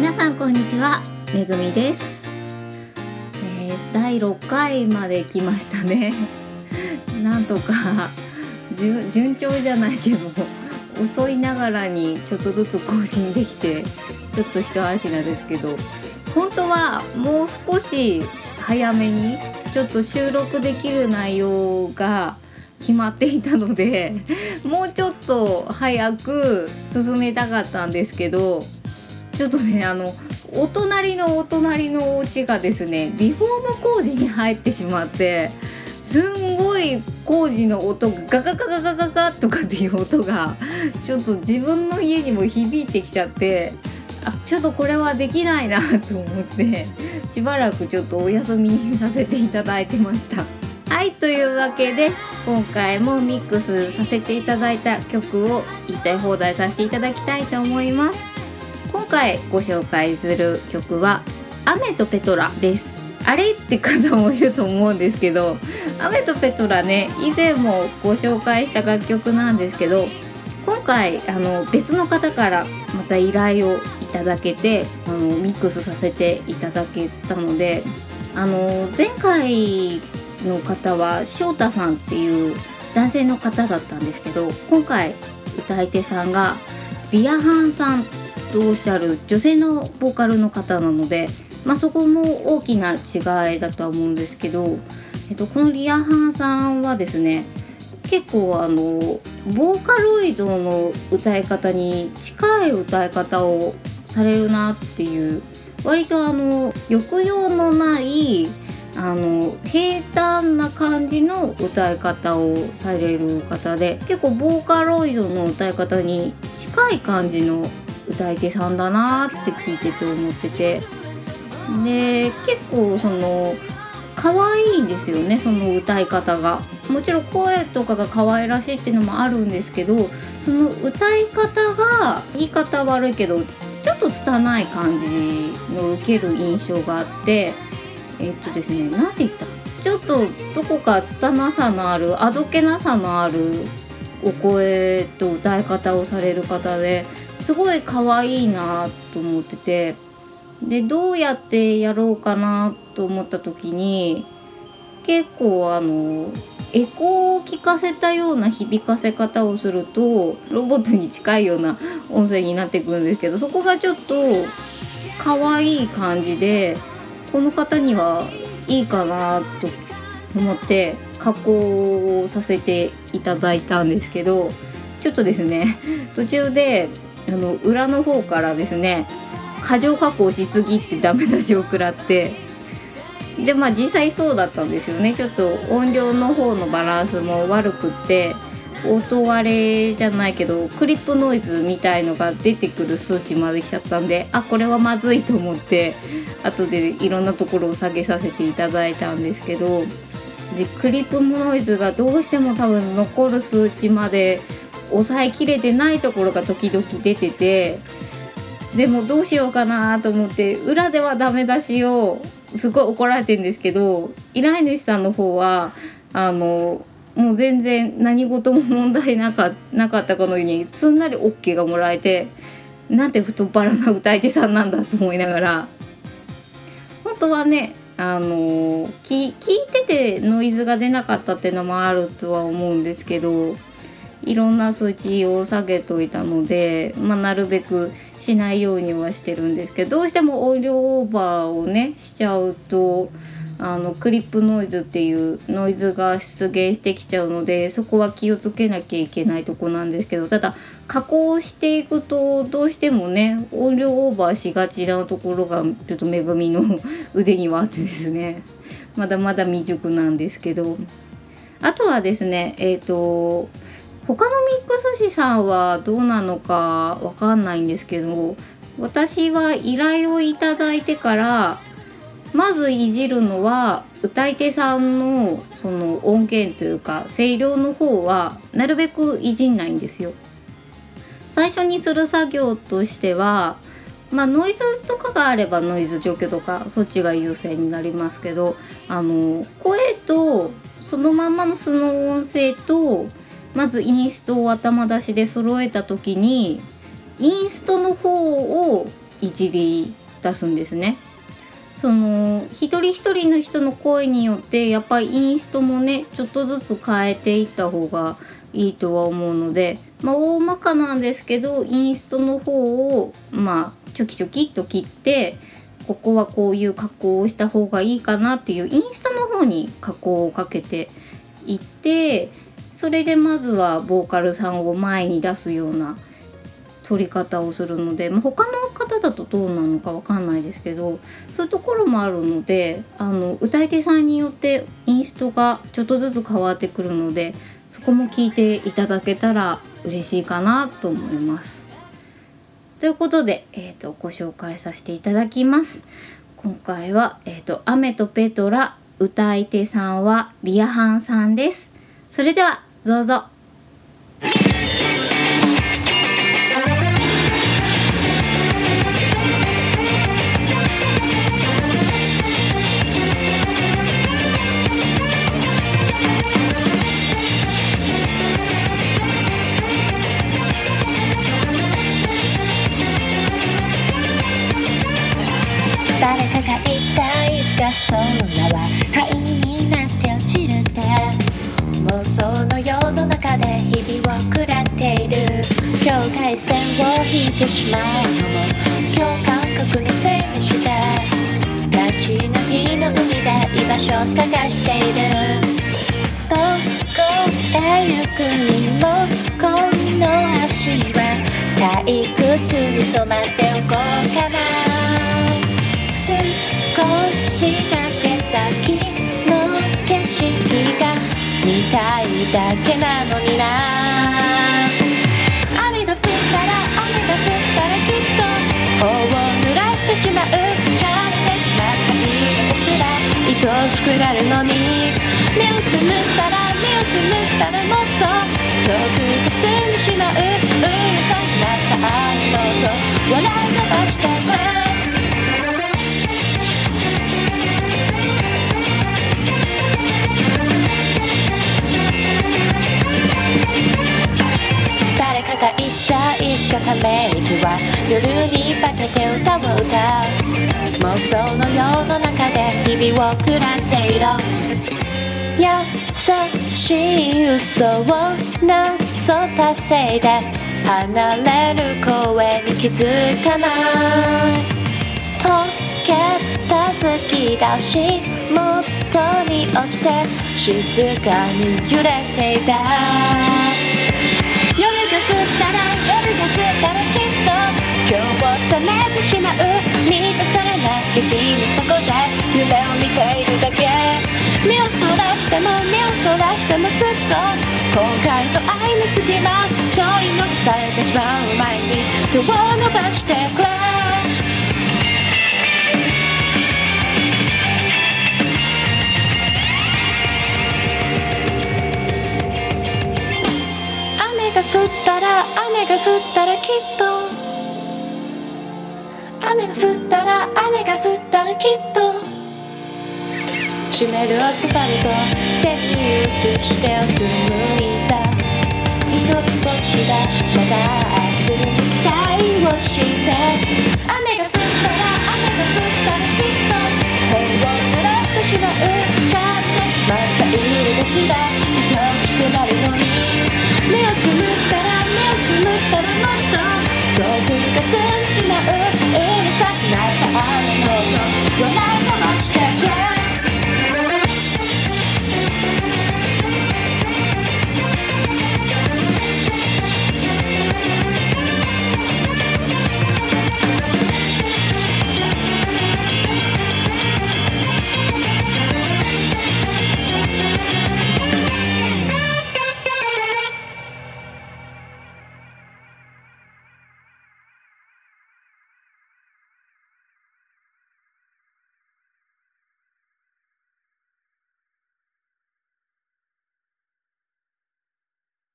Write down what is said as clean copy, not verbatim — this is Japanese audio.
皆さんこんにちは、めぐみです。第6回まで来ましたね。なんとか順調じゃないけど遅いながらにちょっとずつ更新できてちょっと一安心なんですけど、本当はもう少し早めにちょっと収録できる内容が決まっていたので、もうちょっと早く進めたかったんですけど、ちょっとねお隣のお家がですねリフォーム工事に入ってしまって、すんごい工事の音ガガガガガガガとかっていう音がちょっと自分の家にも響いてきちゃって、ちょっとこれはできないなと思ってしばらくちょっとお休みにさせていただいてました。はい、というわけで今回もミックスさせていただいた曲を言いたい放題させていただきたいと思います。今回ご紹介する曲は雨とペトラです。あれって方もいると思うんですけど、雨とペトラね、以前もご紹介した楽曲なんですけど、今回別の方からまた依頼をいただけてミックスさせていただけたので、前回の方は翔太さんっていう男性の方だったんですけど、今回歌い手さんがリアハンさんとおっしゃる女性のボーカルの方なので、そこも大きな違いだとは思うんですけど、このリアハンさんはですね、結構ボーカロイドの歌い方に近い歌い方をされるなっていう、割と抑揚のない平坦な感じの歌い方をされる方で、結構ボーカロイドの歌い方に近い感じの歌い手さんだなって聞いてて思ってて、で結構可愛いんですよね、その歌い方が。もちろん声とかが可愛らしいっていうのもあるんですけど、その歌い方が言い方悪いけどちょっと拙い感じの受ける印象があって、ですね、なんて言ったちょっとどこか拙さのあるあどけなさのあるお声と歌い方をされる方で、すごい可愛いなと思ってて、でどうやってやろうかなと思った時に、結構エコーを聞かせたような響かせ方をするとロボットに近いような音声になってくるんですけど、そこがちょっと可愛い感じでこの方にはいいかなと思って加工をさせていただいたんですけど、ちょっとですね途中で裏の方からですね、過剰加工しすぎってダメ出しを食らって、で実際そうだったんですよね。ちょっと音量の方のバランスも悪くって、音割れじゃないけどクリップノイズみたいのが出てくる数値まで来ちゃったんで、これはまずいと思って後でいろんなところを下げさせていただいたんですけど、でクリップノイズがどうしても多分残る数値まで抑えきれてないところが時々出てて、でもどうしようかなと思って裏ではダメ出しをすごい怒られてるんですけど、依頼主さんの方はもう全然何事も問題なかったかのようにすんなり OK がもらえて、なんて太っ腹な歌い手さんなんだと思いながら、本当はね聞いててノイズが出なかったっていうのもあるとは思うんですけど、いろんな数値を下げといたので、なるべくしないようにはしてるんですけど、どうしても音量オーバーをねしちゃうとクリップノイズっていうノイズが出現してきちゃうので、そこは気をつけなきゃいけないとこなんですけど、ただ加工していくとどうしてもね音量オーバーしがちなところがちょっとめぐみの腕にはあってですね、まだまだ未熟なんですけど、あとはですね他のミックス師さんはどうなのかわかんないんですけど、私は依頼をいただいてからまずいじるのは歌い手さんのその音源というか声量の方はなるべくいじんないんですよ。最初にする作業としてはノイズとかがあればノイズ除去とかそっちが優先になりますけど、声とそのまんまの素の音声とまずインストを頭出しで揃えた時にインストの方を 1D 出すんですね。その一人一人の人の声によってやっぱりインストもねちょっとずつ変えていった方がいいとは思うので、大まかなんですけどインストの方をチョキチョキっと切って、ここはこういう加工をした方がいいかなっていうインストの方に加工をかけていって、それでまずはボーカルさんを前に出すような取り方をするので、他の方だとどうなのかわかんないですけど、そういうところもあるので、歌い手さんによってインストがちょっとずつ変わってくるので、そこも聞いていただけたら嬉しいかなと思います。ということで、ご紹介させていただきます。今回は、雨とペトラ、歌い手さんはリアハンさんです。それではどうぞ。 誰かが言ったいつかその名は灰になって落ちるって妄想の世の中で日々を食らっている。境界線を引いてしまうのも今日感覚のせいにして、立ち波の海で居場所を探している。どこへ行くにもこの足は退屈に染まっておこうかな。少しだけ先の景色が見たいだけなのにな。雨が降ったらきっと頬を濡らしてしまう。買ってしまった日々すら愛しくなるのに、目をつむったらもっと遠く霞んでしまう。うるさくなった愛の音笑い飛ばしてくれ。誰かが言ったいつかため息は夜に化けて歌を歌う。妄想の世の中で日々を食らっている。優しい嘘をなぞったせいで離れる声に気づかない。溶けた突き出し元に落ちて静かに揺れていた。夜が降ったらきっと今日を冷めてしまう。満たされない日々にそこで夢を見ているだけ。目をそらしてもずっと後悔と愛の隙間取り残されてしまう前に手を伸ばしてくれ。雨が降ったらきっと雨が降ったらきっと湿るアスファルト背に映してうつむいた一人ぼっちだ。まだ明日に期待をして雨が降ったらきっと手を濡らしてしまう。またいいですが愛しくなるのに、目をつむったらもっと遠くが過ぎしまう。